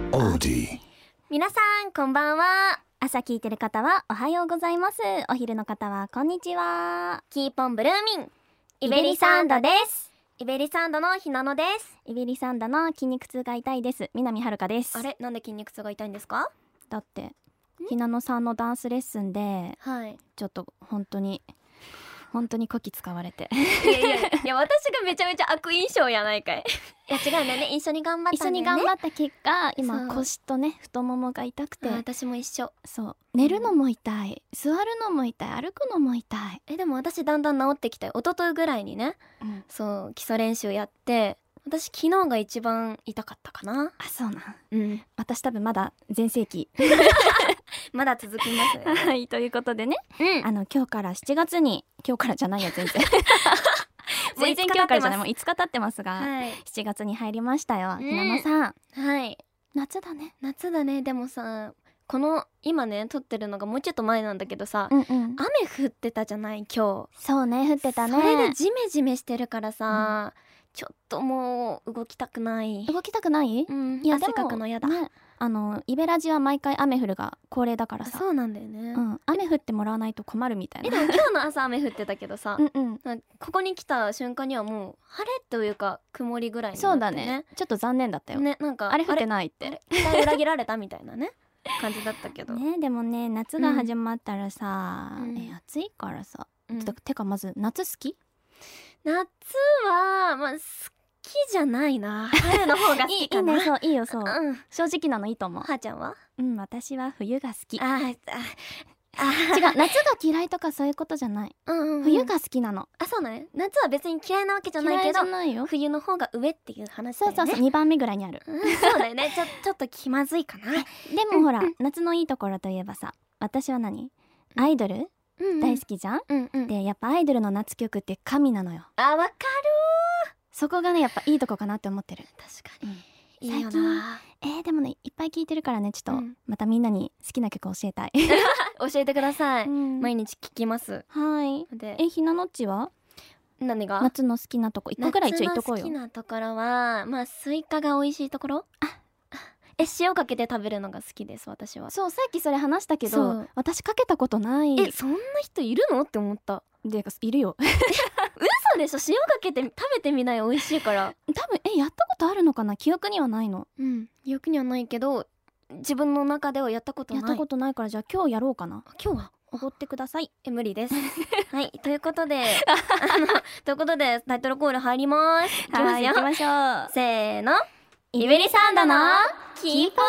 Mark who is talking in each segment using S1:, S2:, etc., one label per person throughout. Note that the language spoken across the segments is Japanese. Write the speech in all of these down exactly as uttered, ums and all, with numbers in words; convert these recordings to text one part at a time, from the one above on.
S1: オーディ。
S2: 皆さんこんばんは。朝聞いてる方はおはようございます。お昼の方はこんにちは。キーポンブルーミンイベリサンドです。イベリサンドのひなのです。イベリサンドの筋肉痛が痛いです。南はるかです。
S3: あれ、なんで筋肉痛が痛いんですか？
S2: だってひなのさんのダンスレッスンで、
S3: はい、
S2: ちょっと本当に本当にこき使われて
S3: いやいやいや、私がめちゃめちゃ悪印象やないかい。いや違うんだよね、一緒に頑張ったんだよね。
S2: 一緒に頑張った結果、今腰とね太ももが痛くて、
S3: 私も一緒。
S2: そう寝るのも痛い、座るのも痛い、歩くのも痛い。
S3: えでも私だんだん治ってきたよ。一昨日ぐらいにね、うん、そう基礎練習やって、私昨日が一番痛かったかな。
S2: あ、そうなん、
S3: うん、
S2: 私多分まだ全盛期
S3: まだ続きますよ、ね、
S2: はい、ということでね、うん、あの今日からしちがつに、今日からじゃないや全然全然今日からじゃない、もういつか経ってますが、はい、しちがつに入りましたよ、ひなのさん。
S3: はい、
S2: 夏だね。
S3: 夏だね。でもさ、この今ね撮ってるのがもうちょっと前なんだけどさ、うんうん、雨降ってたじゃない今日。
S2: そうね、降ってたね。
S3: それでジメジメしてるからさ、うん、ちょっともう動きたくない。
S2: 動きたくない、
S3: うん、いや汗かくのやだ、ね、
S2: あのイベラジは毎回雨降るが恒例だからさ。
S3: そうなんだよね、
S2: うん、雨降ってもらわないと困るみたいな。
S3: えでも今日の朝雨降ってたけどさうん、うん、ここに来た瞬間にはもう晴れというか曇りぐらいになって、ね、
S2: そうだね、ちょっと残念だったよね。なんかあれ降ってないって
S3: 期待裏切られたみたいなね感じだったけど
S2: ね。でもね、夏が始まったらさ、うん、え暑いからさ、うん、てかまず夏好き？
S3: 夏はまあ好きじゃないな。春の方が好きかな。
S2: いいね、そういいよ、そう、うん、正直なのいいと思う。
S3: はーちゃんは？
S2: うん、私は冬が好き。
S3: ああ
S2: 違う、夏が嫌いとかそういうことじゃない、うんうんうん、冬が好きなの。
S3: あ、そうなの、ね、夏は別に嫌いなわけじゃないけど、
S2: 嫌いじゃないよ、
S3: 冬の方が上っていう話だよね。
S2: そうそうそう、にばんめぐらいにある、
S3: うん、そうだよね。ちょちょっと気まずいかな。で
S2: もほら、うんうん、夏のいいところといえばさ、私は何アイドル、うんうん、大好きじゃん、うんうん、でやっぱアイドルの夏曲って神なのよ。
S3: あ、わかるー。
S2: そこがねやっぱいいとこかなって思ってる。
S3: 確かに、うん、
S2: いいよな。えー、でもねいっぱい聴いてるからね、ちょっと、うん、またみんなに好きな曲教えたい
S3: 教えてください、うん、毎日聴きます。
S2: はい。でえひなのっちは
S3: 何が
S2: 夏の好きなとこいっこぐらい一応言っとこうよ。
S3: 夏の好きなところはまあスイカが美味しいところ。あえ塩かけて食べるのが好きです私は。
S2: そう、さっきそれ話したけど私かけたことない。
S3: えそんな人いるのって思った。
S2: でいるよ
S3: 嘘でしょ。塩かけて食べてみない。美味しいから。
S2: 多分えやったことあるのかな、記憶にはないの。
S3: うん、記憶にはないけど自分の中ではやったことない。
S2: やったことないから、じゃあ今日やろうかな。
S3: 今日は
S2: おごってください。
S3: え無理ですはいということであのということでタイトルコール入ります。いきますよ、
S2: 行きましょう。
S3: せーの、イベリサンドのキーポント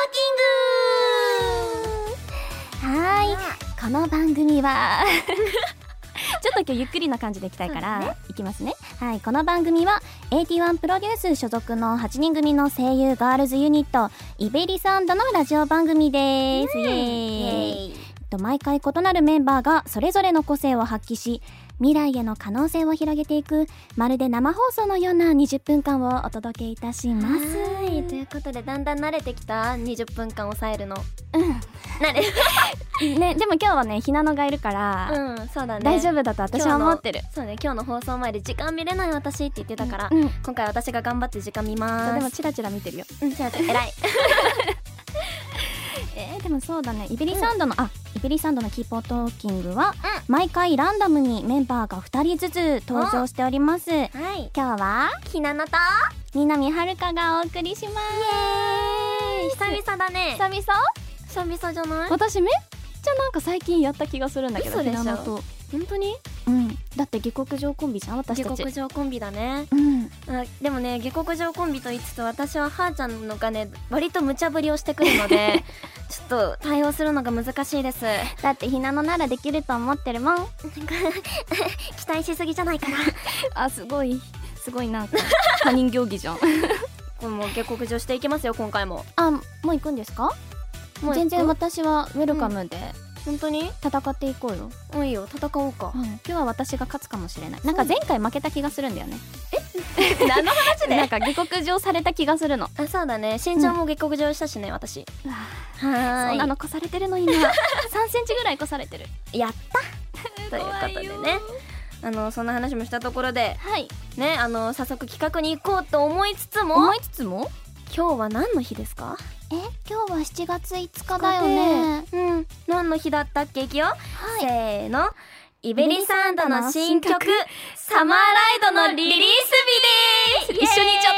S2: ーキング。はい、この番組はちょっと今日ゆっくりな感じでいきたいから、ね、いきますね。はい、この番組はエイティワンプロデュース所属のはちにん組の声優ガールズユニットイベリサンドのラジオ番組です、うん、イエーイ。毎回異なるメンバーがそれぞれの個性を発揮し、未来への可能性を広げていく、まるで生放送のようなにじゅっぷんかんをお届けいたします。
S3: はい、ということでだんだん慣れてきた。にじゅっぷんかん抑えるの。
S2: うん
S3: 慣れ
S2: ね、でも今日はねひなのがいるから、
S3: うん、そうだね、
S2: 大丈夫だと私は思ってる。
S3: そうね、今日の放送前で時間見れない私って言ってたから、うんうん、今回私が頑張って時間見ます。
S2: でもチラチラ見てるよ。
S3: うん、チラチラ偉い
S2: えー、でもそうだね、イベリサンドの、うん、あイベリサンドのキーポートーキングは、うん、毎回ランダムにメンバーがふたりずつ登場しております、はい、今日は
S3: ひなのと
S2: 南はるかがお送りします。
S3: イエーイ。久々だね。
S2: 久々
S3: 久々じゃない？
S2: 私めっちゃなんか最近やった気がするんだけど。
S3: 嘘でしょ。
S2: ひなのと
S3: 本当に？
S2: うん、だって下克上コンビじゃん私たち。
S3: 下克上コンビだね、
S2: うん、
S3: あでもね下克上コンビと言いつつ私ははーちゃんのがね割と無茶ぶりをしてくるのでちょっと対応するのが難しいです。
S2: だってひなのならできると思ってるもん
S3: 期待しすぎじゃないかな
S2: あすごいすごいなんか他人行儀じゃんこ
S3: れも下克上していきますよ今回も。
S2: あもう行くんですか？もう全然私はウェルカムで、
S3: うん、本当に
S2: 戦っていこうよ。
S3: うん、いいよ戦おうか、
S2: うん、今日は私が勝つかもしれない。なんか前回負けた気がするんだよね。
S3: え何の話で
S2: なんか下克上された気がするの。
S3: あそうだね、身長も下克上したしね、うん、私
S2: はそんなの越されてるの今さんセンチぐらい越されてる。
S3: やったということでね、あのそんな話もしたところで、
S2: はい、
S3: ね、あの早速企画に行こうと思いつつも
S2: 思いつつも
S3: 今日は何の日ですか？
S2: え、今日はしちがついつかだよね。
S3: うん、何の日だったっけ？いくよ、
S2: はい、
S3: せーの、イベリサンドの新曲サマーライドのリリース日です。
S2: 一緒に言っちゃ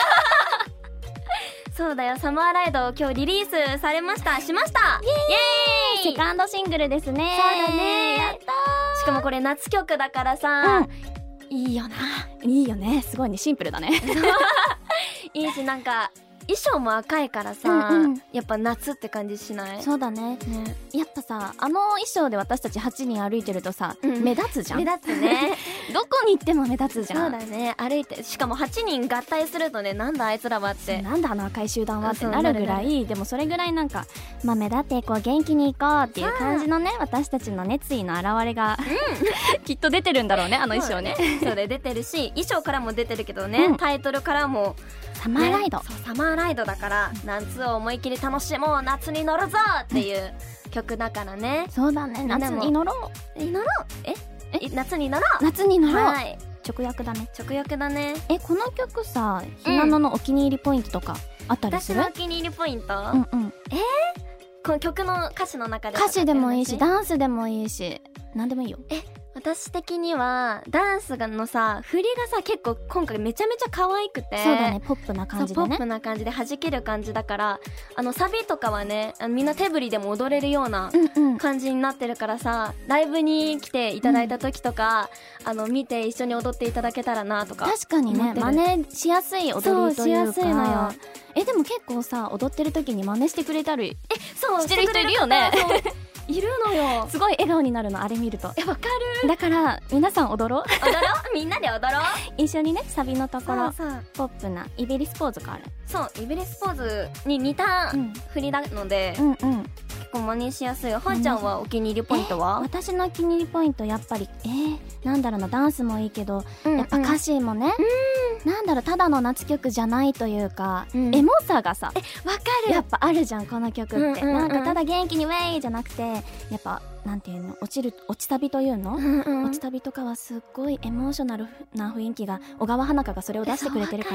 S3: ったそうだよ、サマーライド今日リリースされました。しました。イエーイ。
S2: セカンドシングルですね。
S3: そうだね、
S2: やったー。
S3: しかもこれ夏曲だからさ、うん、いいよな。
S2: いいよね、すごいね、シンプルだね
S3: いいし、なんか衣装も赤いからさ、うんうん、やっぱ夏って感じしない？
S2: そうだ ね, ねやっぱさ、あの衣装で私たちはちにん歩いてるとさ、うん、目立つじゃん。
S3: 目立つね
S2: どこに行っても目立つじゃん。
S3: そうだね、歩いて、しかもはちにん合体するとね、なんだあいつらはって、
S2: なんだあの赤い集団はってなるぐらい、でもそれぐらいなんか、まあ目立っていこう、元気に行こうっていう感じのね、私たちの熱意の表れが、うん、きっと出てるんだろうね、あの衣装ね。
S3: それ出てるし、衣装からも出てるけどね、うん、タイトルからも
S2: サマーライド、
S3: ね、そう、サマーライドだから、夏を思いっきり楽しもう、夏に乗るぞっていう曲だからね。
S2: そうだね、夏に乗ろ
S3: う。乗ろう。ええ、夏に乗ろう。
S2: 夏に乗ろう。
S3: はい、
S2: 直訳だね。
S3: 直訳だね。
S2: え、この曲さ、ひなののお気に入りポイントとかあったりする？
S3: 私のお気に入りポイント？うん
S2: うん。
S3: えー、この曲の歌詞の中で
S2: 歌詞でもいいし、ダンスでもいいし、何でもいいよ。
S3: え、私的にはダンスのさ、振りがさ、結構今回めちゃめちゃ可愛くて、
S2: そうだね、ポップな感じでね。
S3: ポップな感じで弾ける感じだから、あのサビとかはね、あのみんな手振りでも踊れるような感じになってるからさ、うんうん、ライブに来ていただいた時とか、うん、あの見て一緒に踊っていただけたらなとか。
S2: 確かにね、真似しやすい踊りというか。
S3: そうしやすいのよ。
S2: え、でも結構さ、踊ってる時に真似してくれたり、
S3: え、そう
S2: してる人いるよね。
S3: いるのよ。
S2: すごい笑顔になるの、あれ見ると。
S3: え、わかる。
S2: だから皆さん踊ろう。
S3: 踊ろう。みんなで踊ろう。
S2: 一緒にね、サビのところ、
S3: そうそう、
S2: ポップなイベリスポーズがある。
S3: そう、イベリスポーズに似た振りなので、うんうん、結構真似しやすい。はーちゃんはお気に入りポイントは？
S2: 私のお気に入りポイント、やっぱりえー、なんだろうな、ダンスもいいけど、うんうん、やっぱ歌詞もね、うん、なんだろう、ただの夏曲じゃないというか、うん、エモさがさ、
S3: え、わかる、
S2: やっぱあるじゃん、この曲って、うんうんうん、なんかただ元気にウェイじゃなくて、やっぱなんていうの、落ちる、落ち旅というの、うんうん、落ち旅とかはすっごいエモーショナルな雰囲気が、小川花香がそれを出してくれてるから、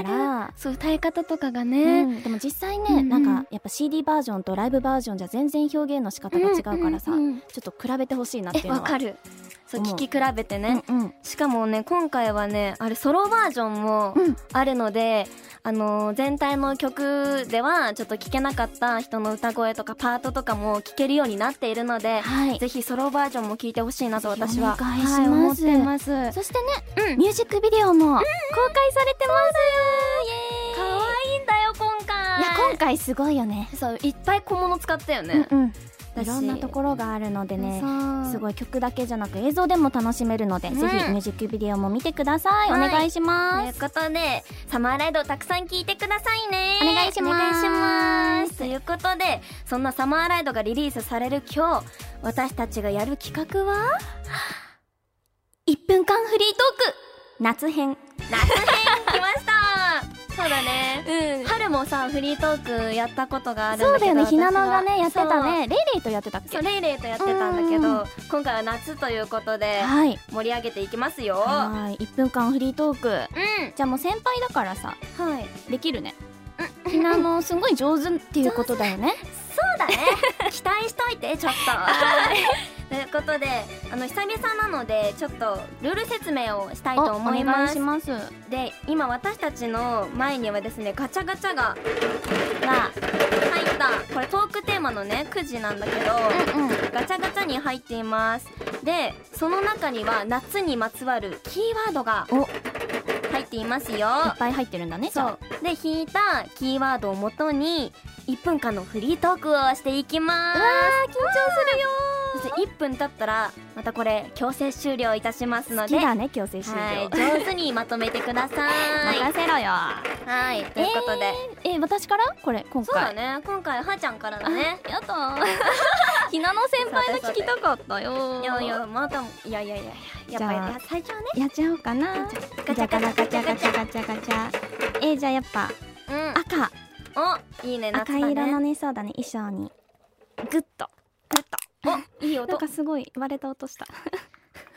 S3: そう、歌い方とかがね、
S2: うん、でも実際ね、うんうん、なんかやっぱ シーディー バージョンとライブバージョンじゃ全然表現の仕方が違うからさ、うんうんうん、ちょっと比べてほしいなっていうのは。
S3: わかる。そう、聴き比べてね、
S2: うんうん、
S3: しかもね、今回はね、あれソロバージョンもあるので、うん、あのー、全体の曲ではちょっと聴けなかった人の歌声とかパートとかも聴けるようになっているので、はい、ぜひソロバージョンも聴いてほしいなと私は、
S2: お願いします、はい、思ってます。そしてね、うん、ミュージックビデオも公開されてます。
S3: 可愛いんだよ今回。
S2: いや、今回すごいよね。
S3: そう、いっぱい小物使ったよね。
S2: うんうん、いろんなところがあるのでね、すごい曲だけじゃなく映像でも楽しめるので、うん、ぜひミュージックビデオも見てください、はい、お願いします。
S3: ということで、サマーライドたくさん聴いてくださいね。
S2: お願いします。
S3: お願いします。ということで、そんなサマーライドがリリースされる今日、私たちがやる企画はいっぷんかんフリートーク
S2: 夏編。
S3: 夏編来ましたそうだね、うん、春もさ、フリートークやったことがあるんだけど、
S2: そうだよね、ひなのがね、やってたね。レイレイとやってたっけ？
S3: そう、レイレイとやってたんだけど、今回は夏ということで、はい、盛り上げていきますよ。
S2: はい、いっぷんかんフリートーク、
S3: うん、
S2: じゃあもう先輩だからさ、
S3: はい、
S2: できるね。ひなのすごい上手っていうことだよね。
S3: そうだね期待しといてちょっとということで、あの久々なのでちょっとルール説明をしたいと思います。
S2: お願いします。
S3: で、今私たちの前にはですね、ガチャガチャがが入った、これトークテーマのねくじなんだけど、うんうん、ガチャガチャに入っています。で、その中には夏にまつわるキーワードが入っていますよ。
S2: いっぱい入ってるんだね。
S3: そうで、引いたキーワードをもとにいっぷんかんのフリートークをしていきます。
S2: うわー、緊張するよ。
S3: そしていっぷん経ったらまたこれ強制終了いたしますので、
S2: 好きだね、強制終了、はい、
S3: 上手にまとめてください
S2: 任せろよ。
S3: はい、ということで、
S2: えー、えー、私からこれ今回。
S3: そうだね、今回はーちゃんからだね。
S2: やだひなの先輩の聞きたかったよ。
S3: いやいや、また、いやいやいや、やっぱり最初はね、
S2: やっちゃおうかな。ガチャガチャガチャガチャガチャガチャ。えー、じゃあやっぱ、うん、赤。
S3: お、いいね、夏だね。
S2: 赤色のね、そうだね、衣装にグッと
S3: グッと、お、いい音。
S2: なんかすごい割れた音したはい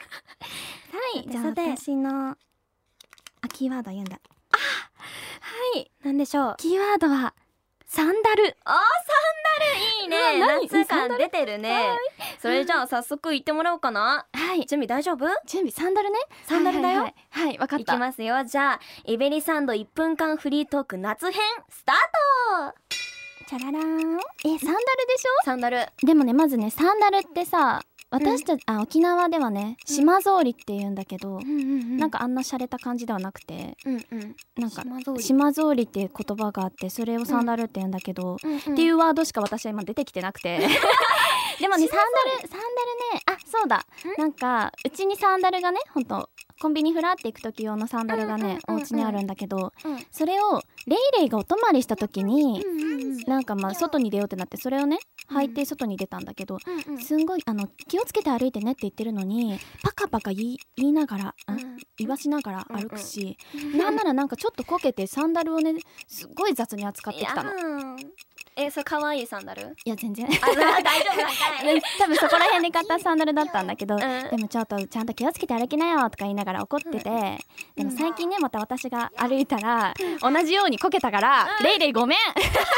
S2: 、じゃあ私のあキーワード言うんだ。あ、はい。
S3: なんでしょう。
S2: キーワードはサンダル。
S3: あー、サンダルいいね。夏感出てるね。それじゃあ早速行ってもらおうかな。
S2: はい、
S3: 準備大丈夫？
S2: 準備。サンダルね。
S3: サンダルだよ。
S2: はい、はいはい、わかった。
S3: いきますよ。じゃあイベリサンドいっぷんかんフリートーク夏編スタート。
S2: チャララーン。え、サンダルでしょ？
S3: サンダル。
S2: でもね、まずね、サンダルってさ、私たち、うん、あ沖縄ではね島ぞうりって言うんだけど、うんうんうん、なんかあんな洒落た感じではなくて、うんうん、なんか島ぞうりっていう言葉があって、それをサンダルって言うんだけど、うんうんうん、っていうワードしか私は今出てきてなくてでもねサンダルサンダルね、あ、そうだ、なんかうちにサンダルがね、ほんとコンビニフラって行く時用のサンダルがね、うんうんうんうん、お家にあるんだけど、うん、それをレイレイがお泊まりした時に、うんうんうん、なんかまあ外に出ようってなって、それをね履いて外に出たんだけど、うんうん、すんごいあの気をつけて歩いてねって言ってるのにパカパカ言い、言いながら、うん、言わしながら歩くし、うんうん、なんならなんかちょっとこけてサンダルをねすっごい雑に扱ってきたの。
S3: え、それ可愛いサンダル？
S2: いや全然。あ、
S3: 大丈夫なんかい。
S2: 多分そこら辺で買ったサンダルだったんだけど、うん、でもちょっとちゃんと気をつけて歩きなよとか言いながら怒ってて、うん、でも最近ねまた私が歩いたら、うん、同じようにこけたから、うん、レイレイごめん。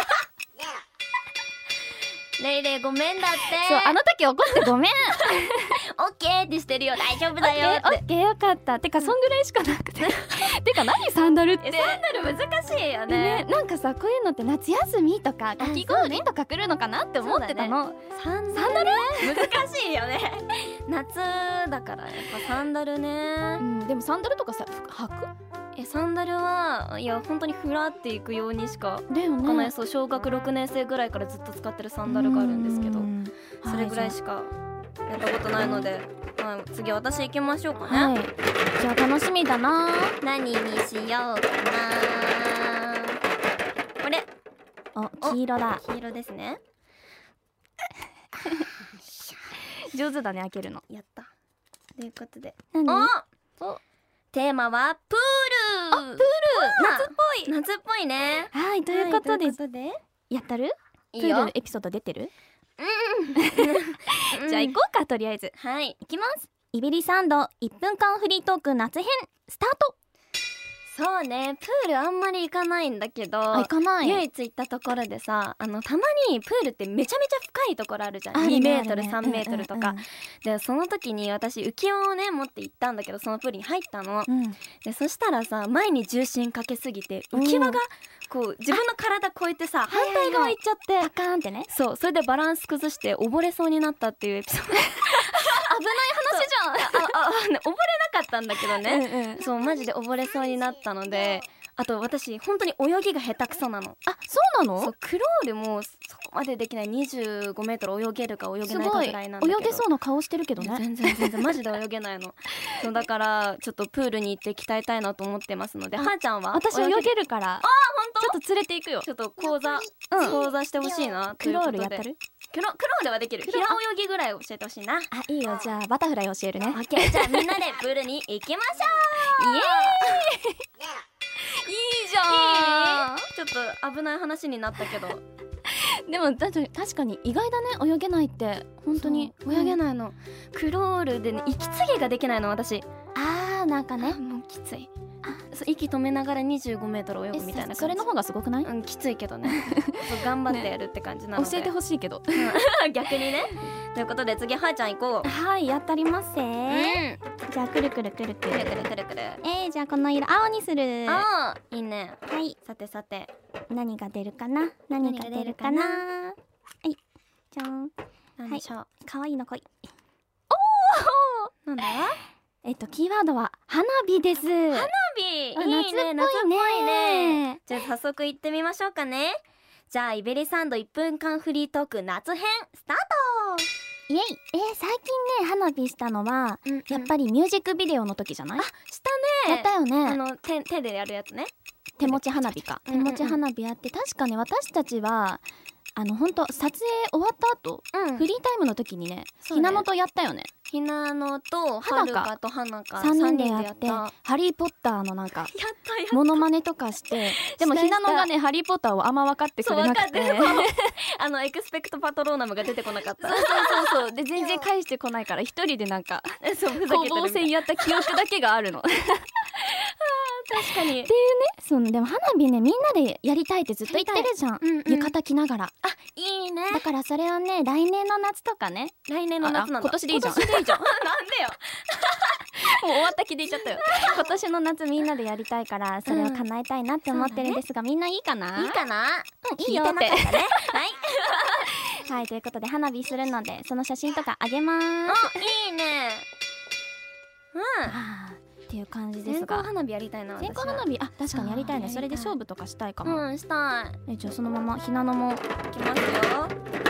S3: レイレイごめんだって。
S2: そう、あの時怒ってごめん。
S3: オッケーってしてるよ、大丈夫だよって。
S2: オッケー、よかった。てかそんぐらいしかなくててか何サンダルって。
S3: サンダル難しいよね。
S2: ね、なんかさ、こういうのって夏休みとかかき氷とか来るのかなって思ってたの。
S3: サンダル難しいよね。夏だからやっぱサンダルね、
S2: うん、でもサンダルとかさ履く？
S3: え、サンダルはいや本当にフラっていくようにしか
S2: だよね。
S3: かない。そう、小学ろくねん生ぐらいからずっと使ってるサンダルがあるんですけど、それぐらいしかやったことないので、はい、次私行きましょうかね。
S2: はい、じゃあ楽しみだな。
S3: 何にしようかな。これ。
S2: お、黄色だ。
S3: 黄色ですね。
S2: 上手だね、開けるの。
S3: やった。ということで、
S2: 何？
S3: おテーマはプール。
S2: あ、プール。夏っぽい。
S3: 夏っぽいね。
S2: はい、ということで、やったる？プールエピソード出てる？うん。じゃあ行こうか、とりあえず。
S3: はい、
S2: 行きます。イベリサンドいっぷんかんフリートーク夏編スタート。
S3: そうね、プールあんまり行かないんだけど、
S2: 行かない。
S3: 唯一行ったところでさ、あのたまにプールってめちゃめちゃ深いところあるじゃん。にメートル、さんメートルとか、うんうんうん、でその時に私浮き輪をね持って行ったんだけど、そのプールに入ったの、うん、でそしたらさ、前に重心かけすぎて浮き輪がこう自分の体超えてさ、反対側行っちゃって、はいはいはい、
S2: パカーンってね。
S3: そう、それでバランス崩して溺れそうになったっていうエピソード。
S2: 危ない話じゃん。
S3: ああ、ね、溺れなかったんだけどね、うんうん、そうマジで溺れそうになったので、あと私本当に泳ぎが下手くそなの。
S2: あ、そうなの？
S3: そう、クロールもそこまでできない。にじゅうごメートル泳げるか泳げないかぐらいなんだけど。
S2: 泳げそうな顔してるけどね。
S3: 全然全然マジで泳げないの。そうだからちょっとプールに行って鍛えたいなと思ってますので、はーちゃんは？
S2: 私泳げるから。あー、
S3: 本当？
S2: ちょっと連れて行くよ。
S3: ちょっと講座、うん、講座してほしいな。
S2: クロールやったる？
S3: クロ、クロールはできる。平泳ぎぐらい教えてほしいな。
S2: あ、いいよ。じゃあバタフライ教えるね。
S3: オッケー。じゃあみんなでプールに行きましょう。イエーイ。
S2: いいじゃん。
S3: ちょっと危ない話になったけど
S2: でもだって確かに意外だね、泳げないって。本当に
S3: 泳げないの、うん、クロールでね、息継ぎができないの私。
S2: あー、なんかね、
S3: もうきつい。そう、息止めながらにじゅうごメートル泳ぐみたいな感じ。
S2: それの方がすごくない？
S3: うん、きついけどね。そう頑張ってやるって感じなので、
S2: ね、教えてほしいけど
S3: 逆にね。ということで次はーちゃん行こう。
S2: はい、やったりますせー、うん、じゃあくるくるくるくる
S3: くるくるくるくる。
S2: えー、じゃあこの色青にする。
S3: あー、いいね。
S2: はい、
S3: さてさて
S2: 何が出るかな。何が出るかな。はい、じゃん。
S3: 何でしょう。はい、
S2: かわいいのこい。
S3: おー、なんだ？
S2: えっとキーワードは花火です。
S3: 花火、いいね、夏っぽいね。じゃあ早速行ってみましょうかね。じゃあイベリサンドいっぷんかんフリートーク夏編スタート。
S2: イエイ。えー、最近ね花火したのは、うんうん、やっぱりミュージックビデオの時じゃない？あ、
S3: したね。
S2: やったよね。
S3: あの 手, 手でやるやつね。
S2: 手持ち花火か、うんうんうん、手持ち花火やって、確かね私たちはあの本当撮影終わった後、うん、フリータイムの時にね、ひなのとやったよね。
S3: ひなのとはるかとはなか
S2: さんにんでやって、ハリーポッターのなんかモノマネとかして、でもひなのがねハリーポッターをあんま分かってくれなくて、
S3: あのエクスペクトパトローナムが出てこなかった。
S2: そうそうそうそうで全然返してこないから一人でなんか攻防戦やった記憶だけがあるの。
S3: 確かに。
S2: っていうね、そうでも花火ねみんなでやりたいってずっと言ってるじゃん、うんうん、浴衣着ながら。
S3: あ、いいね。
S2: だからそれをね来年の夏とかね。
S3: 来年の夏なんだ。
S2: 今年でいいじゃん。
S3: 今年でいいじゃん。なんでよ。
S2: もう終わった気で言っちゃったよ。今年の夏みんなでやりたいからそれを叶えたいなって思ってるんですが、うんね、みんないいかな？
S3: いいかな？
S2: うん、いいよって。ね、
S3: はい
S2: はい、ということで花火するのでその写真とかあげまーす。
S3: あ、いいね。うん。
S2: はあ、っていう感じですが、
S3: 線香花火やりたいな。
S2: 線香花火、あ、確かにやりたいね。それで勝負とかしたいかも。
S3: うん、したい。
S2: え、じゃあそのままひなのも
S3: いきますよ。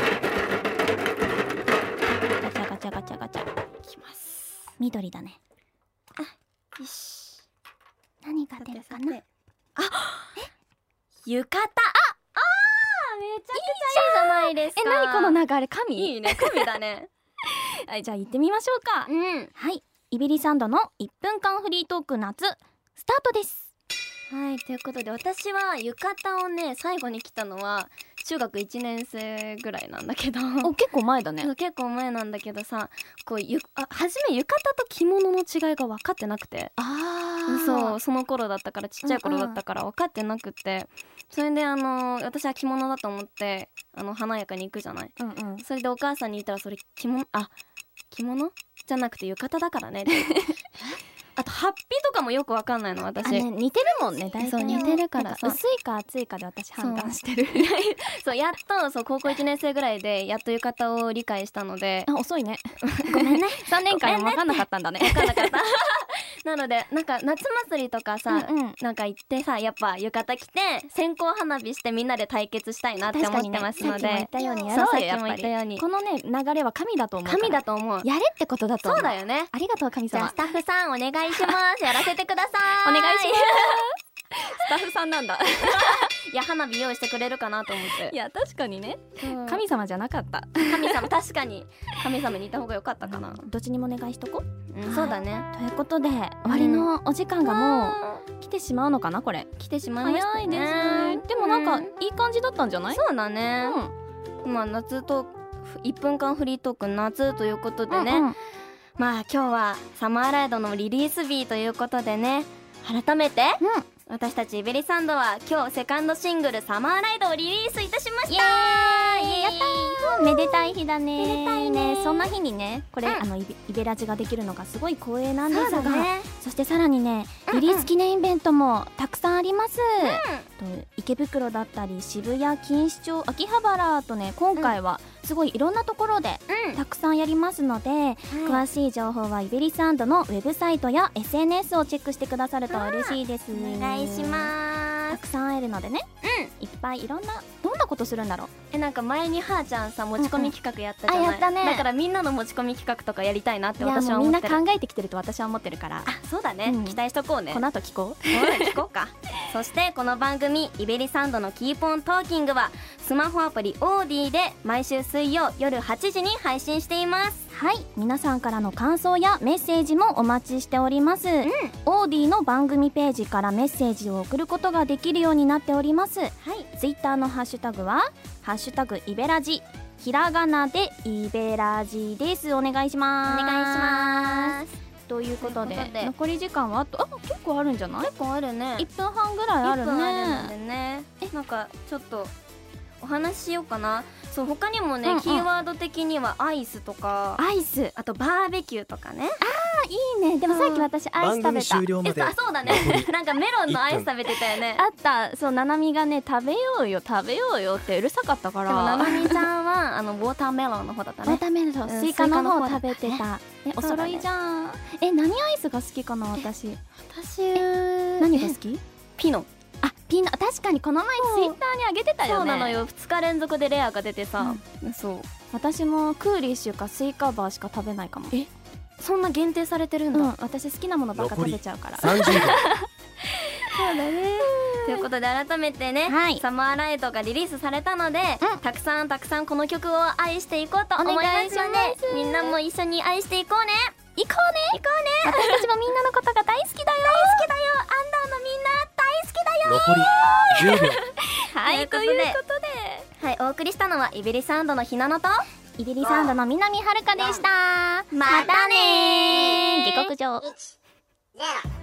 S2: ガチャガチャガチャガチャ。
S3: いきます。
S2: 緑だね。
S3: あ、よし。
S2: 何が出るかな。
S3: あ、え、浴衣。あ、あー、めちゃくちゃいいじゃないですか。
S2: え、何この流れ、神。
S3: いいね、神だね。
S2: はい、じゃあ行ってみましょうか。
S3: うん。
S2: はい、イベリサンドのいっぷんかんフリートーク夏スタートです。
S3: はい、ということで私は浴衣をね最後に着たのは中学いちねん生ぐらいなんだけど。
S2: お、結構前だね。
S3: 結構前なんだけどさ、こうゆあ初め浴衣と着物の違いが分かってなくて。
S2: あ
S3: あ、そうその頃だったから、ちっちゃい頃だったから分かってなくて、うんうん、それであの私は着物だと思ってあの華やかに行くじゃない、うんうん、それでお母さんに言ったら、それ着物、あ、着物じゃなくて浴衣だからねってあとハッピーとかもよくわかんないの私。
S2: ね、似てるもんね。大体
S3: そう似てるからさ、
S2: 薄いか厚いかで私判断してる。
S3: そうやっとそう高校いちねん生ぐらいでやっと浴衣を理解したので。
S2: あ、遅いね。ごめんね。さんねんかんも分かんなかったんだね。
S3: 分かんなかった。なのでなんか夏祭りとかさ、うんうん、なんか行ってさ、やっぱ浴衣着て線香花火してみんなで対決したいなって思ってますので、
S2: さっきも言ったようにやろうよ。やっぱりこのね流れは神だと思う。
S3: 神だと思う。
S2: やれってことだと思う。
S3: そうだよね。
S2: ありがとう神様。
S3: じゃあスタッフさんお願いします。やらせてください。
S2: お願いします。スタッフさんなんだ。
S3: いや、花火用意してくれるかなと思って。
S2: いや、確かにね、うん、神様じゃなかった。
S3: 神様、確かに神様にいた方が良かったかな。
S2: どっちにもお願いしとこ
S3: う、うん、そうだね。
S2: ということで終わりのお時間がもう来てしまうのかな。これ
S3: 来てしまいましたね。
S2: 早いです。でもなんかいい感じだったんじゃない？
S3: そうだね、うん、まあ夏といっぷんかんフリートーク夏ということでね、うんうん、まあ今日はサマーライドのリリース日ということでね、改めて、うん、私たちイベリサンドは今日セカンドシングルサマーライドをリリースいたしました。イエーイ、
S2: やったー。めでたい日だね。
S3: めでたいね。
S2: そんな日にね、これ、うん、あのイベ、イベラジができるのがすごい光栄なんですが、 そ,、ね、そしてさらにねリリース記念イベントもたくさんあります、うん、と池袋だったり渋谷、錦糸町、秋葉原とね今回はすごいいろんなところでたくさんやりますので、うん、詳しい情報はイベリサンドのウェブサイトや エスエヌエス をチェックしてくださると嬉しいです。
S3: お願いします。
S2: たくさん会えるのでね、うん、いっぱいいろんな、どんなことするんだろう。
S3: え、なんか前にはーちゃんさ持ち込み企画やったじゃない、
S2: うんうん、あ、やったね。
S3: だからみんなの持ち込み企画とかやりたいなって私は思ってる。
S2: いや、もうみんな考えてきてると私は思ってるから。
S3: あ、そうだね、うん、期待しとこうね。
S2: この後聞こう。
S3: 聞こうか。そしてこの番組イベリサンドのキーポントーキングはスマホアプリオーディで毎週水曜夜はちじに配信しています。
S2: はい、皆さんからの感想やメッセージもお待ちしております、うん、オーディの番組ページからメッセージを送ることができるようになっております、はい、ツイッターのハッシュタグはハッシュタグイベラジ、ひらがなでイベラジです。お願いします。
S3: お願いします。
S2: ということで残り時間はあと、あ、結構あるんじゃない？
S3: 結構あるね。
S2: いっぷんはんぐらいあるね。いっぷんあるので
S3: ね、え、なんかちょっとお話ししようかな。そう、他にもね、うんうん、キーワード的にはアイスとか、
S2: アイス、
S3: あとバーベキューとかね。
S2: あー、いいね。でもさっき私アイス食べた。
S1: 番組終了まで。
S3: あ、そうだね。なんかメロンのアイス食べてたよね。
S2: あった。そう、ななみがね、食べようよ食べようよってうるさかったから。
S3: でもななみちゃんはあのウォーターメロンの方だったね。
S2: ウォーターメロン、スイカの方食べてた。え、お揃いじゃん。え、何アイスが好きかな私。
S3: 私
S2: 何が好き？
S3: ピノ。
S2: あ、ピノ、確かにこの前ツイッターにあげてたよね。
S3: そうなのよ。ふつか連続でレアが出てさ、うん、そう。
S2: 私もクーリッシュかスイカバーしか食べないかも。
S3: え、そんな限定されてるんだ。
S2: うん、私好きなものばっか食べちゃうから。
S1: さんじゅうびょう。
S3: そうだね。ということで改めてね、はい、サマーライドがリリースされたので、うん、たくさんたくさんこの曲を愛していこうと思いますので、みんなも一緒に愛していこうね。
S2: 行こうね。
S3: 行こうね。
S2: 私たちもみんなのことが大好きだよ。
S3: 大好きだよ。アンダーのみんな大好きだよ。
S1: 残りじゅうびょう。
S2: はい、ということで、
S3: はい、お送りしたのはイベリサンドのひなのと
S2: イベリサンドの南はるかでした。
S3: またねー。
S2: 下克上。
S1: いち、ゼロ